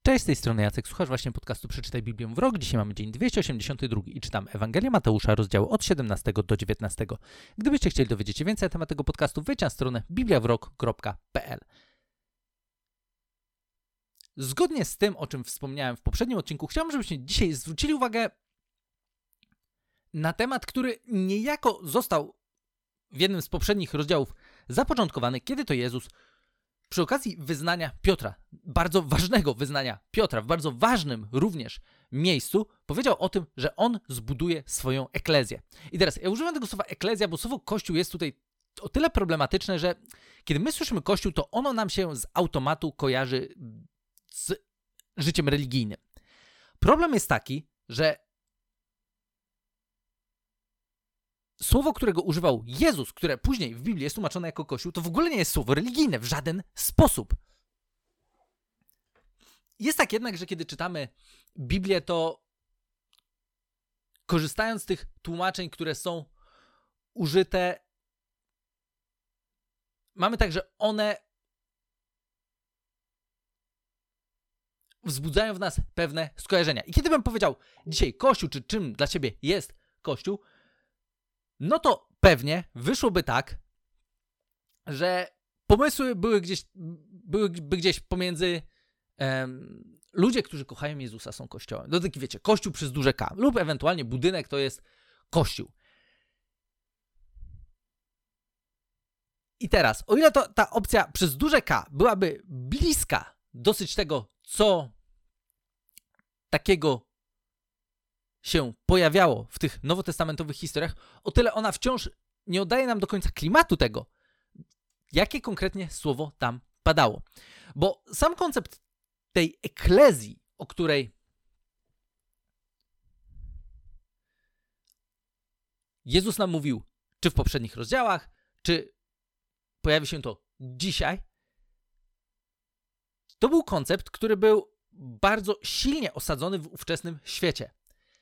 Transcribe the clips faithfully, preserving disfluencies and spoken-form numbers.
Cześć, z tej strony Jacek, słuchasz właśnie podcastu Przeczytaj Biblię w rok. Dzisiaj mamy dzień dwieście osiemdziesiąty drugi i czytam Ewangelię Mateusza, rozdziały od siedemnastego do dziewiętnastego. Gdybyście chcieli dowiedzieć się więcej na temat tego podcastu, wejdź na stronę biblia w rok kropka p l. Zgodnie z tym, o czym wspomniałem w poprzednim odcinku, chciałbym, żebyśmy dzisiaj zwrócili uwagę na temat, który niejako został w jednym z poprzednich rozdziałów zapoczątkowany, kiedy to Jezus przy okazji wyznania Piotra, bardzo ważnego wyznania Piotra, w bardzo ważnym również miejscu, powiedział o tym, że on zbuduje swoją eklezję. I teraz ja używam tego słowa eklezja, bo słowo kościół jest tutaj o tyle problematyczne, że kiedy my słyszymy kościół, to ono nam się z automatu kojarzy z życiem religijnym. Problem jest taki, że słowo, którego używał Jezus, które później w Biblii jest tłumaczone jako kościół, to w ogóle nie jest słowo religijne w żaden sposób. Jest tak jednak, że kiedy czytamy Biblię, to korzystając z tych tłumaczeń, które są użyte, mamy tak, że one wzbudzają w nas pewne skojarzenia. I kiedy bym powiedział dzisiaj Kościół, czy czym dla ciebie jest Kościół, no to pewnie wyszłoby tak, że pomysły były gdzieś, byłyby gdzieś pomiędzy em, ludzie, którzy kochają Jezusa, są kościołem. No taki wiecie, kościół przez duże K lub ewentualnie budynek to jest kościół. I teraz, o ile to ta opcja przez duże K byłaby bliska dosyć tego, co takiego się pojawiało w tych nowotestamentowych historiach, o tyle ona wciąż nie oddaje nam do końca klimatu tego, jakie konkretnie słowo tam padało. Bo sam koncept tej eklezji, o której Jezus nam mówił, czy w poprzednich rozdziałach, czy pojawi się to dzisiaj, to był koncept, który był bardzo silnie osadzony w ówczesnym świecie.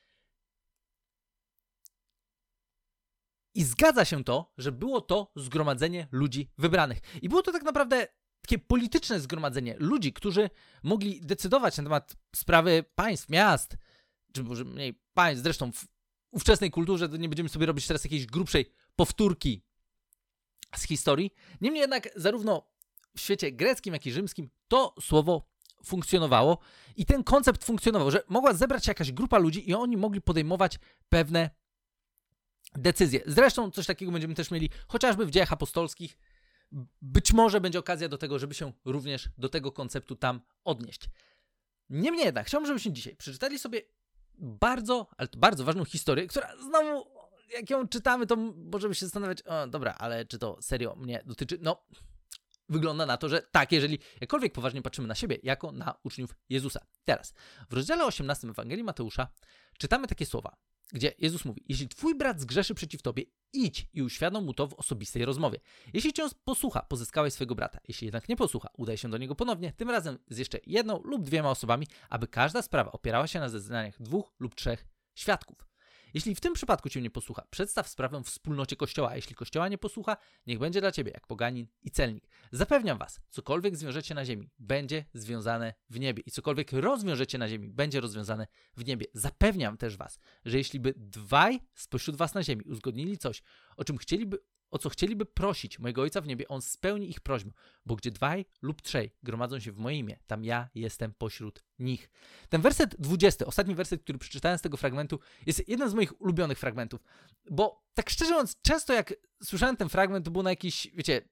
I zgadza się to, że było to zgromadzenie ludzi wybranych. I było to tak naprawdę takie polityczne zgromadzenie ludzi, którzy mogli decydować na temat sprawy państw, miast, czy może mniej państw. Zresztą w ówczesnej kulturze to nie będziemy sobie robić teraz jakiejś grubszej powtórki z historii. Niemniej jednak zarówno w świecie greckim, jak i rzymskim to słowo funkcjonowało i ten koncept funkcjonował, że mogła zebrać się jakaś grupa ludzi i oni mogli podejmować pewne decyzje. Zresztą coś takiego będziemy też mieli chociażby w dziejach apostolskich. Być może będzie okazja do tego, żeby się również do tego konceptu tam odnieść. Niemniej jednak chciałbym, żebyśmy dzisiaj przeczytali sobie bardzo, ale to bardzo ważną historię, która znowu, jak ją czytamy, to możemy się zastanawiać, o dobra, ale czy to serio mnie dotyczy? No, wygląda na to, że tak, jeżeli jakkolwiek poważnie patrzymy na siebie, jako na uczniów Jezusa. Teraz, w rozdziale osiemnastym Ewangelii Mateusza czytamy takie słowa, gdzie Jezus mówi: jeśli twój brat zgrzeszy przeciw tobie, idź i uświadom mu to w osobistej rozmowie. Jeśli cię posłucha, pozyskałeś swojego brata. Jeśli jednak nie posłucha, udaj się do niego ponownie, tym razem z jeszcze jedną lub dwiema osobami, aby każda sprawa opierała się na zeznaniach dwóch lub trzech świadków. Jeśli w tym przypadku cię nie posłucha, przedstaw sprawę w wspólnocie Kościoła, a jeśli Kościoła nie posłucha, niech będzie dla ciebie jak poganin i celnik. Zapewniam was, cokolwiek zwiążecie na ziemi, będzie związane w niebie i cokolwiek rozwiążecie na ziemi, będzie rozwiązane w niebie. Zapewniam też was, że jeśli by dwaj spośród was na ziemi uzgodnili coś, o czym chcieliby, o co chcieliby prosić mojego Ojca w niebie, On spełni ich prośbę, bo gdzie dwaj lub trzej gromadzą się w moje imię, tam ja jestem pośród nich. Ten werset dwudziesty, ostatni werset, który przeczytałem z tego fragmentu, jest jeden z moich ulubionych fragmentów, bo tak szczerze mówiąc, często jak słyszałem ten fragment, to było na jakichś, wiecie,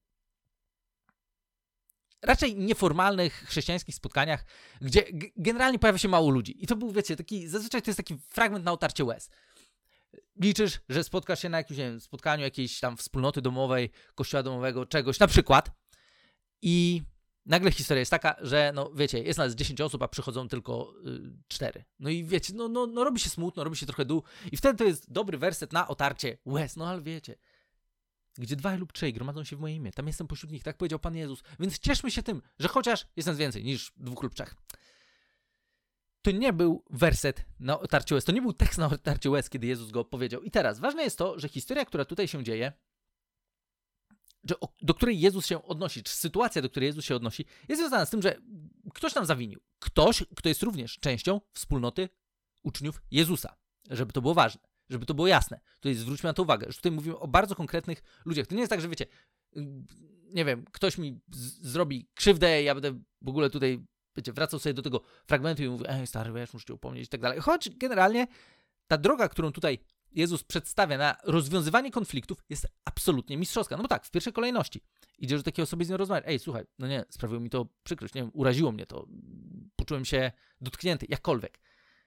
raczej nieformalnych chrześcijańskich spotkaniach, gdzie g- generalnie pojawia się mało ludzi. I to był, wiecie, taki, zazwyczaj to jest taki fragment na otarcie łez. Liczysz, że spotkasz się na jakimś, nie wiem, spotkaniu jakiejś tam wspólnoty domowej, kościoła domowego, czegoś, na przykład. I nagle historia jest taka, że no wiecie, jest nas dziesięć osób, a przychodzą tylko y, cztery. No i wiecie, no, no, no robi się smutno, robi się trochę dół. I wtedy to jest dobry werset na otarcie łez. No ale wiecie, gdzie dwaj lub trzej gromadzą się w moje imię, tam jestem pośród nich, tak powiedział Pan Jezus. Więc cieszmy się tym, że chociaż jest nas więcej niż dwóch lub trzech. To nie był werset na otarcie łez, to nie był tekst na otarcie łez, kiedy Jezus go powiedział. I teraz ważne jest to, że historia, która tutaj się dzieje, czy o, do której Jezus się odnosi, czy sytuacja, do której Jezus się odnosi, jest związana z tym, że ktoś nam zawinił. Ktoś, kto jest również częścią wspólnoty uczniów Jezusa. Żeby to było ważne, żeby to było jasne. Tutaj zwróćmy na to uwagę, że tutaj mówimy o bardzo konkretnych ludziach. To nie jest tak, że wiecie, nie wiem, ktoś mi z- zrobi krzywdę, ja będę w ogóle tutaj, wiecie, wracał sobie do tego fragmentu i mówił, ej stary, wiesz, muszę cię upomnieć i tak dalej. Choć generalnie ta droga, którą tutaj Jezus przedstawia na rozwiązywanie konfliktów, jest absolutnie mistrzowska. No bo tak, w pierwszej kolejności idziesz do takiej osoby z nią rozmawiać. Ej, słuchaj, no nie, sprawiło mi to przykrość, nie wiem, uraziło mnie to, poczułem się dotknięty, jakkolwiek.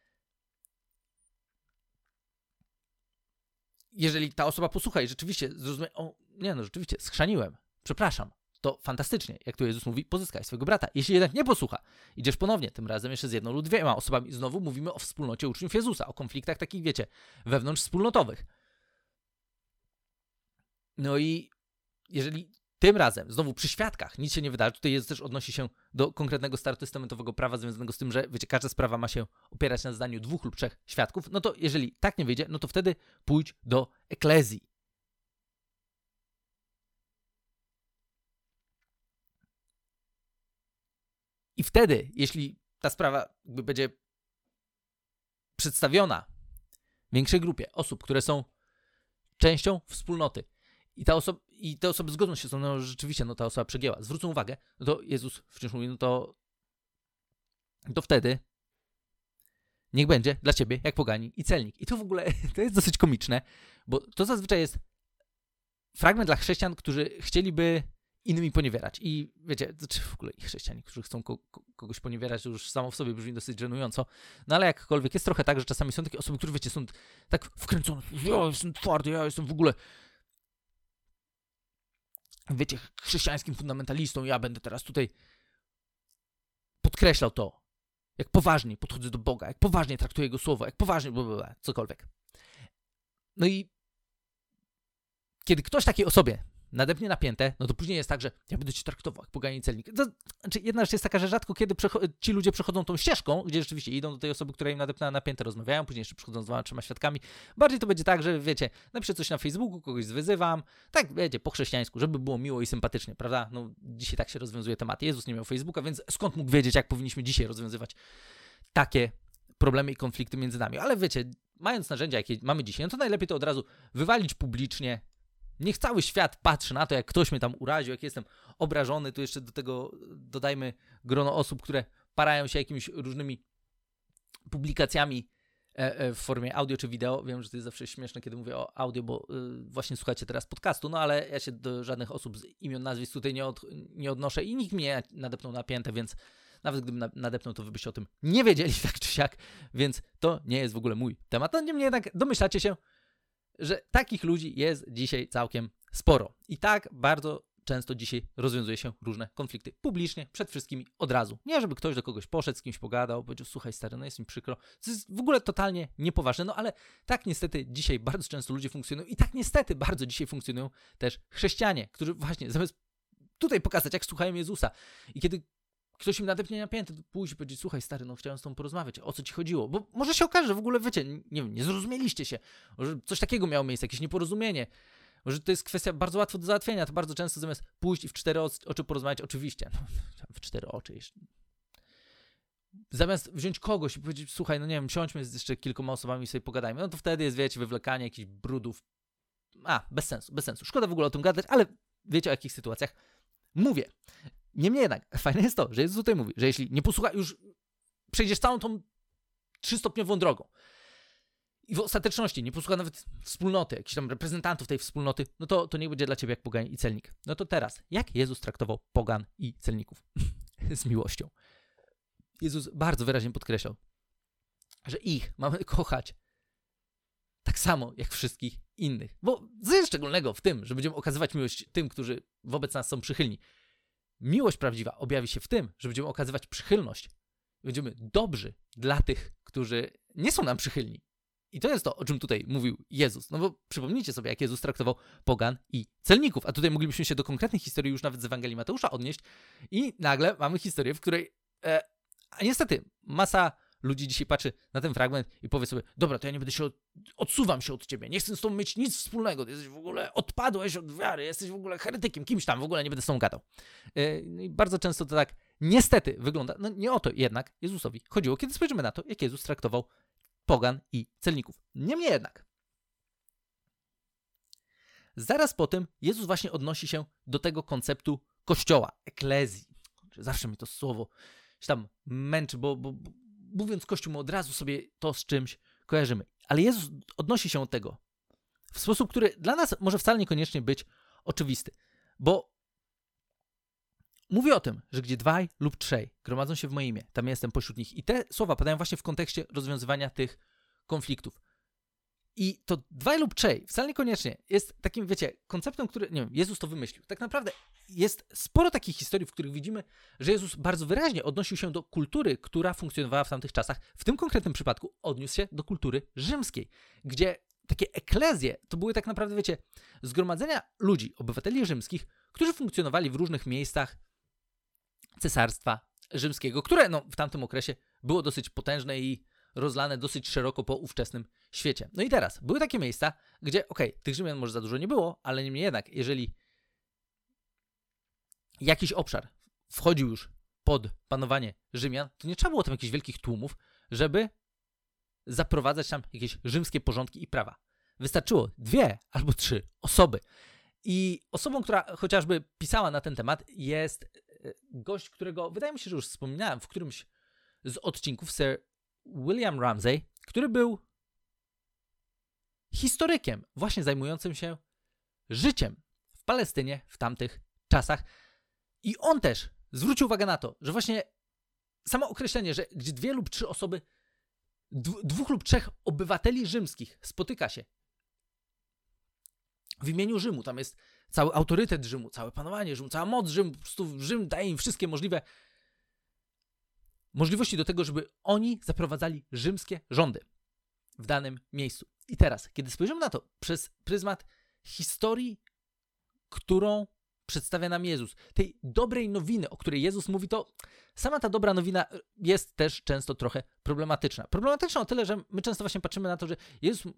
Jeżeli ta osoba posłucha i rzeczywiście zrozumie, o nie, no rzeczywiście, schrzaniłem, przepraszam, to fantastycznie, jak tu Jezus mówi, pozyskaj swojego brata. Jeśli jednak nie posłucha, idziesz ponownie, tym razem jeszcze z jedną lub dwiema osobami. Znowu mówimy o wspólnocie uczniów Jezusa, o konfliktach takich, wiecie, wewnątrz wspólnotowych. No i jeżeli tym razem, znowu przy świadkach, nic się nie wydarzy, tutaj Jezus też odnosi się do konkretnego starotestamentowego prawa związanego z tym, że wiecie, każda sprawa ma się opierać na zdaniu dwóch lub trzech świadków, no to jeżeli tak nie wyjdzie, no to wtedy pójdź do eklezji. I wtedy, jeśli ta sprawa jakby będzie przedstawiona większej grupie osób, które są częścią wspólnoty i, ta osoba, i te osoby zgodzą się z tym, no rzeczywiście, no ta osoba przegięła, zwrócą uwagę, no to Jezus wciąż mówi, no to, to wtedy niech będzie dla ciebie jak poganin i celnik. I to w ogóle, to jest dosyć komiczne, bo to zazwyczaj jest fragment dla chrześcijan, którzy chcieliby innymi poniewierać. I wiecie, czy w ogóle i chrześcijanie, którzy chcą ko- ko- kogoś poniewierać, to już samo w sobie brzmi dosyć żenująco. No ale jakkolwiek, jest trochę tak, że czasami są takie osoby, które wiecie, są tak wkręcone. Ja jestem twardy, ja jestem w ogóle wiecie, chrześcijańskim fundamentalistą. Ja będę teraz tutaj podkreślał to, jak poważnie podchodzę do Boga, jak poważnie traktuję Jego słowo, jak poważnie, blablabla, cokolwiek. No i kiedy ktoś takiej osobie nadepnie napięte, no to później jest tak, że ja będę cię traktował jak poganin celnik. To, znaczy jedna rzecz jest taka, że rzadko kiedy przecho- ci ludzie przechodzą tą ścieżką, gdzie rzeczywiście idą do tej osoby, która im nadepnęła napięte, rozmawiają, później jeszcze przychodzą z dwoma, trzema świadkami. Bardziej to będzie tak, że wiecie, napiszę coś na Facebooku, kogoś zwyzywam, tak wiecie, po chrześcijańsku, żeby było miło i sympatycznie, prawda? No dzisiaj tak się rozwiązuje temat. Jezus nie miał Facebooka, więc skąd mógł wiedzieć, jak powinniśmy dzisiaj rozwiązywać takie problemy i konflikty między nami. Ale wiecie, mając narzędzia, jakie mamy dzisiaj, no to najlepiej to od razu wywalić publicznie. Niech cały świat patrzy na to, jak ktoś mnie tam uraził, jak jestem obrażony. Tu jeszcze do tego dodajmy grono osób, które parają się jakimiś różnymi publikacjami w formie audio czy wideo. Wiem, że to jest zawsze śmieszne, kiedy mówię o audio, bo właśnie słuchacie teraz podcastu, no ale ja się do żadnych osób z imion, nazwisk tutaj nie, od, nie odnoszę i nikt mnie nadepnął napięte, więc nawet gdybym nadepnął, to wy byście o tym nie wiedzieli tak czy siak, więc to nie jest w ogóle mój temat. No niemniej jednak domyślacie się, że takich ludzi jest dzisiaj całkiem sporo. I tak bardzo często dzisiaj rozwiązuje się różne konflikty publicznie, przed wszystkimi, od razu. Nie, żeby ktoś do kogoś poszedł, z kimś pogadał, powiedział, słuchaj stary, no jest mi przykro. To jest w ogóle totalnie niepoważne, no ale tak niestety dzisiaj bardzo często ludzie funkcjonują i tak niestety bardzo dzisiaj funkcjonują też chrześcijanie, którzy właśnie zamiast tutaj pokazać, jak słuchają Jezusa i kiedy ktoś im nadepnie napięty, to pójść i powiedzieć, słuchaj stary, no chciałem z tobą porozmawiać, o co ci chodziło? Bo może się okaże, że w ogóle wiecie, nie wiem, nie zrozumieliście się, może coś takiego miało miejsce, jakieś nieporozumienie, może to jest kwestia bardzo łatwa do załatwienia, to bardzo często zamiast pójść i w cztery oczy porozmawiać, oczywiście, no, w cztery oczy jeszcze. Zamiast wziąć kogoś i powiedzieć, słuchaj, no nie wiem, siądźmy z jeszcze kilkoma osobami i sobie pogadajmy, no to wtedy jest, wiecie, wywlekanie jakichś brudów, a, bez sensu, bez sensu, szkoda w ogóle o tym gadać, ale wiecie o jakich sytuacjach mówię. Niemniej jednak, fajne jest to, że Jezus tutaj mówi, że jeśli nie posłucha, już przejdziesz całą tą trzystopniową drogą i w ostateczności nie posłucha nawet wspólnoty, jakichś tam reprezentantów tej wspólnoty, no to, to niech będzie dla ciebie jak pogan i celnik. No to teraz, jak Jezus traktował pogan i celników? Z miłością. Jezus bardzo wyraźnie podkreślał, że ich mamy kochać tak samo jak wszystkich innych. Bo co jest szczególnego w tym, że będziemy okazywać miłość tym, którzy wobec nas są przychylni? Miłość prawdziwa objawi się w tym, że będziemy okazywać przychylność. Będziemy dobrzy dla tych, którzy nie są nam przychylni. I to jest to, o czym tutaj mówił Jezus. No bo przypomnijcie sobie, jak Jezus traktował pogan i celników. A tutaj moglibyśmy się do konkretnych historii już nawet z Ewangelii Mateusza odnieść. I nagle mamy historię, w której e, a niestety masa ludzi dzisiaj patrzy na ten fragment i powie sobie, dobra, to ja nie będę się, od... odsuwam się od ciebie, nie chcę z tobą mieć nic wspólnego, ty jesteś w ogóle, odpadłeś od wiary, jesteś w ogóle heretykiem, kimś tam, w ogóle nie będę z tobą gadał. Yy, I bardzo często to tak niestety wygląda, no nie o to jednak Jezusowi chodziło, kiedy spojrzymy na to, jak Jezus traktował pogan i celników. Niemniej jednak, zaraz po tym Jezus właśnie odnosi się do tego konceptu kościoła, eklezji. Zawsze mi to słowo się tam męczy, bo, bo, bo mówiąc kościół, my od razu sobie to z czymś kojarzymy. Ale Jezus odnosi się do tego w sposób, który dla nas może wcale niekoniecznie być oczywisty. Bo mówi o tym, że gdzie dwaj lub trzej gromadzą się w moje imię, tam jestem pośród nich. I te słowa padają właśnie w kontekście rozwiązywania tych konfliktów. I to dwaj lub trzej wcale niekoniecznie jest takim, wiecie, konceptem, który, nie wiem, Jezus to wymyślił. Tak naprawdę jest sporo takich historii, w których widzimy, że Jezus bardzo wyraźnie odnosił się do kultury, która funkcjonowała w tamtych czasach. W tym konkretnym przypadku odniósł się do kultury rzymskiej, gdzie takie eklezje to były tak naprawdę, wiecie, zgromadzenia ludzi, obywateli rzymskich, którzy funkcjonowali w różnych miejscach cesarstwa rzymskiego, które no, w tamtym okresie było dosyć potężne i rozlane dosyć szeroko po ówczesnym świecie. No i teraz, były takie miejsca, gdzie, okej, okay, tych Rzymian może za dużo nie było, ale niemniej jednak, jeżeli jakiś obszar wchodził już pod panowanie Rzymian, to nie trzeba było tam jakichś wielkich tłumów, żeby zaprowadzać tam jakieś rzymskie porządki i prawa. Wystarczyło dwie albo trzy osoby. I osobą, która chociażby pisała na ten temat, jest gość, którego wydaje mi się, że już wspominałem w którymś z odcinków, Sir William Ramsay, który był historykiem właśnie zajmującym się życiem w Palestynie w tamtych czasach. I on też zwrócił uwagę na to, że właśnie samo określenie, że gdzie dwie lub trzy osoby, dwóch lub trzech obywateli rzymskich spotyka się w imieniu Rzymu, tam jest cały autorytet Rzymu, całe panowanie Rzymu, cała moc Rzymu, po prostu Rzym daje im wszystkie możliwe możliwości do tego, żeby oni zaprowadzali rzymskie rządy w danym miejscu. I teraz, kiedy spojrzymy na to przez pryzmat historii, którą przedstawia nam Jezus, tej dobrej nowiny, o której Jezus mówi, to sama ta dobra nowina jest też często trochę problematyczna. Problematyczna o tyle, że my często właśnie patrzymy na to, że Jezus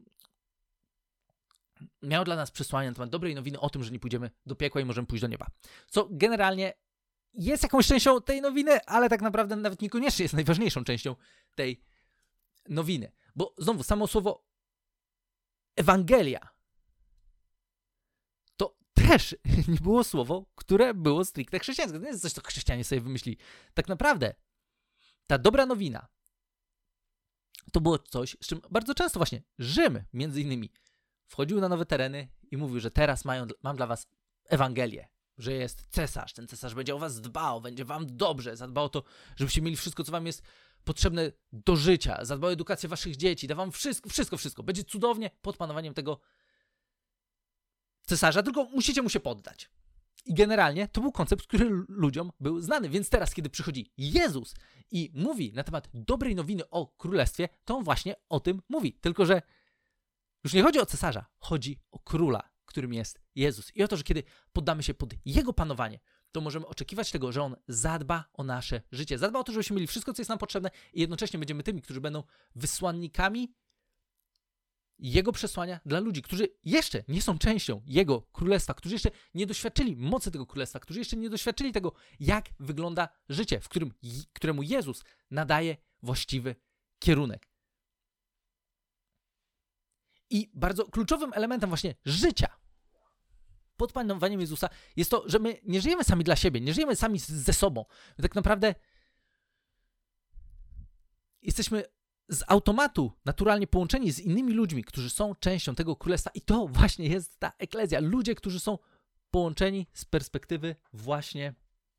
miał dla nas przesłanie na temat dobrej nowiny o tym, że nie pójdziemy do piekła i możemy pójść do nieba. Co generalnie jest jakąś częścią tej nowiny, ale tak naprawdę nawet niekoniecznie jest najważniejszą częścią tej nowiny. Bo znowu, samo słowo Ewangelia to też nie było słowo, które było stricte chrześcijańskie. To nie jest coś, co chrześcijanie sobie wymyślili. Tak naprawdę ta dobra nowina to było coś, z czym bardzo często właśnie Rzym między innymi wchodził na nowe tereny i mówił, że teraz mają, mam dla was Ewangelię, że jest cesarz, ten cesarz będzie o was dbał, będzie wam dobrze, zadbał o to, żebyście mieli wszystko, co wam jest potrzebne do życia, zadbał o edukację waszych dzieci, da wam wszystko, wszystko, wszystko. Będzie cudownie pod panowaniem tego cesarza, tylko musicie mu się poddać. I generalnie to był koncept, który ludziom był znany, więc teraz, kiedy przychodzi Jezus i mówi na temat dobrej nowiny o królestwie, to on właśnie o tym mówi, tylko że już nie chodzi o cesarza, chodzi o króla, którym jest Jezus. I o to, że kiedy poddamy się pod Jego panowanie, to możemy oczekiwać tego, że On zadba o nasze życie. Zadba o to, żebyśmy mieli wszystko, co jest nam potrzebne i jednocześnie będziemy tymi, którzy będą wysłannikami Jego przesłania dla ludzi, którzy jeszcze nie są częścią Jego królestwa, którzy jeszcze nie doświadczyli mocy tego królestwa, którzy jeszcze nie doświadczyli tego, jak wygląda życie, w którym, któremu Jezus nadaje właściwy kierunek. I bardzo kluczowym elementem właśnie życia pod panowaniem Jezusa jest to, że my nie żyjemy sami dla siebie, nie żyjemy sami ze sobą. My tak naprawdę jesteśmy z automatu naturalnie połączeni z innymi ludźmi, którzy są częścią tego królestwa i to właśnie jest ta eklezja. Ludzie, którzy są połączeni z perspektywy właśnie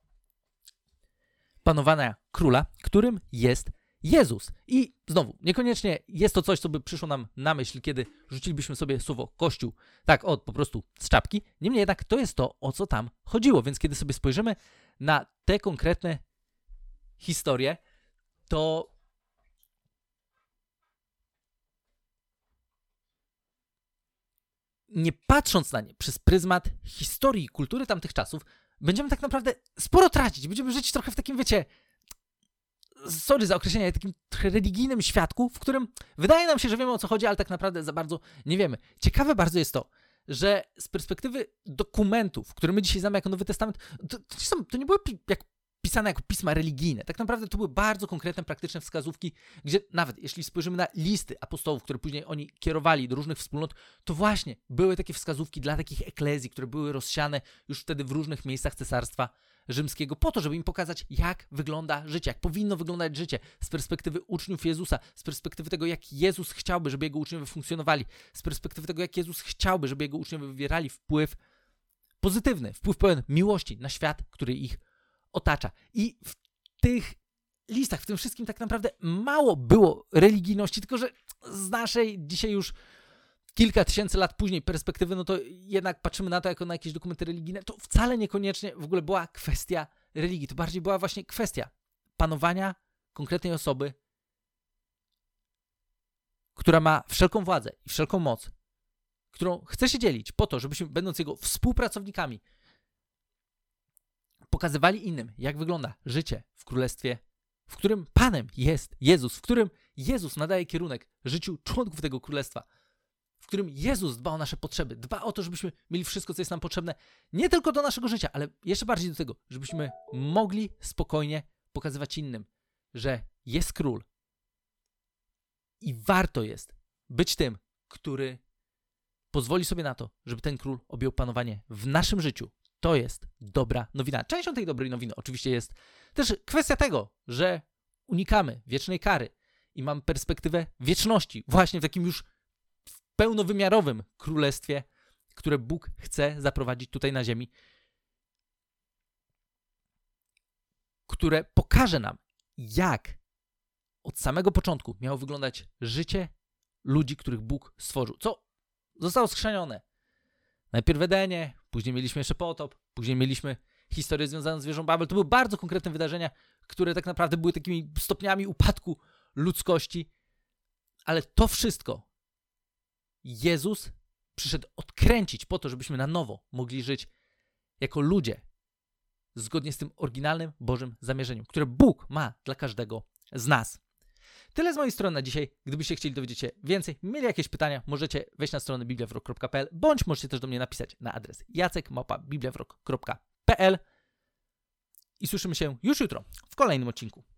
panowania króla, którym jest Jezus. I znowu, niekoniecznie jest to coś, co by przyszło nam na myśl, kiedy rzucilibyśmy sobie słowo Kościół, tak od po prostu z czapki. Niemniej jednak to jest to, o co tam chodziło. Więc kiedy sobie spojrzymy na te konkretne historie, to nie patrząc na nie przez pryzmat historii i kultury tamtych czasów, będziemy tak naprawdę sporo tracić. Będziemy żyć trochę w takim, wiecie, sorry za określenie, takim trochę religijnym świadku, w którym wydaje nam się, że wiemy, o co chodzi, ale tak naprawdę za bardzo nie wiemy. Ciekawe bardzo jest to, że z perspektywy dokumentów, które my dzisiaj znamy jako Nowy Testament, to, to, nie, są, to nie były pi- jak pisane jako pisma religijne. Tak naprawdę to były bardzo konkretne, praktyczne wskazówki, gdzie nawet jeśli spojrzymy na listy apostołów, które później oni kierowali do różnych wspólnot, to właśnie były takie wskazówki dla takich eklezji, które były rozsiane już wtedy w różnych miejscach Cesarstwa Rzymskiego, po to, żeby im pokazać, jak wygląda życie, jak powinno wyglądać życie z perspektywy uczniów Jezusa, z perspektywy tego, jak Jezus chciałby, żeby Jego uczniowie funkcjonowali, z perspektywy tego, jak Jezus chciałby, żeby Jego uczniowie wywierali wpływ pozytywny, wpływ pełen miłości na świat, który ich otacza. I w tych listach, w tym wszystkim tak naprawdę mało było religijności, tylko że z naszej dzisiaj już kilka tysięcy lat później perspektywy, no to jednak patrzymy na to jako na jakieś dokumenty religijne, to wcale niekoniecznie w ogóle była kwestia religii. To bardziej była właśnie kwestia panowania konkretnej osoby, która ma wszelką władzę i wszelką moc, którą chce się dzielić po to, żebyśmy, będąc jego współpracownikami, pokazywali innym, jak wygląda życie w królestwie, w którym Panem jest Jezus, w którym Jezus nadaje kierunek życiu członków tego królestwa, w którym Jezus dba o nasze potrzeby, dba o to, żebyśmy mieli wszystko, co jest nam potrzebne, nie tylko do naszego życia, ale jeszcze bardziej do tego, żebyśmy mogli spokojnie pokazywać innym, że jest król i warto jest być tym, który pozwoli sobie na to, żeby ten król objął panowanie w naszym życiu. To jest dobra nowina. Częścią tej dobrej nowiny oczywiście jest też kwestia tego, że unikamy wiecznej kary i mamy perspektywę wieczności właśnie w takim już pełnowymiarowym królestwie, które Bóg chce zaprowadzić tutaj na ziemi, które pokaże nam, jak od samego początku miało wyglądać życie ludzi, których Bóg stworzył. Co zostało skrzanione. Najpierw w Edenie, później mieliśmy jeszcze potop, później mieliśmy historię związaną z wieżą Babel. To były bardzo konkretne wydarzenia, które tak naprawdę były takimi stopniami upadku ludzkości, ale to wszystko Jezus przyszedł odkręcić po to, żebyśmy na nowo mogli żyć jako ludzie zgodnie z tym oryginalnym Bożym zamierzeniem, które Bóg ma dla każdego z nas. Tyle z mojej strony na dzisiaj. Gdybyście chcieli dowiedzieć się więcej, mieli jakieś pytania, możecie wejść na stronę biblia w rok kropka p l, bądź możecie też do mnie napisać na adres jacek małpa biblia w rok kropka p l i słyszymy się już jutro w kolejnym odcinku.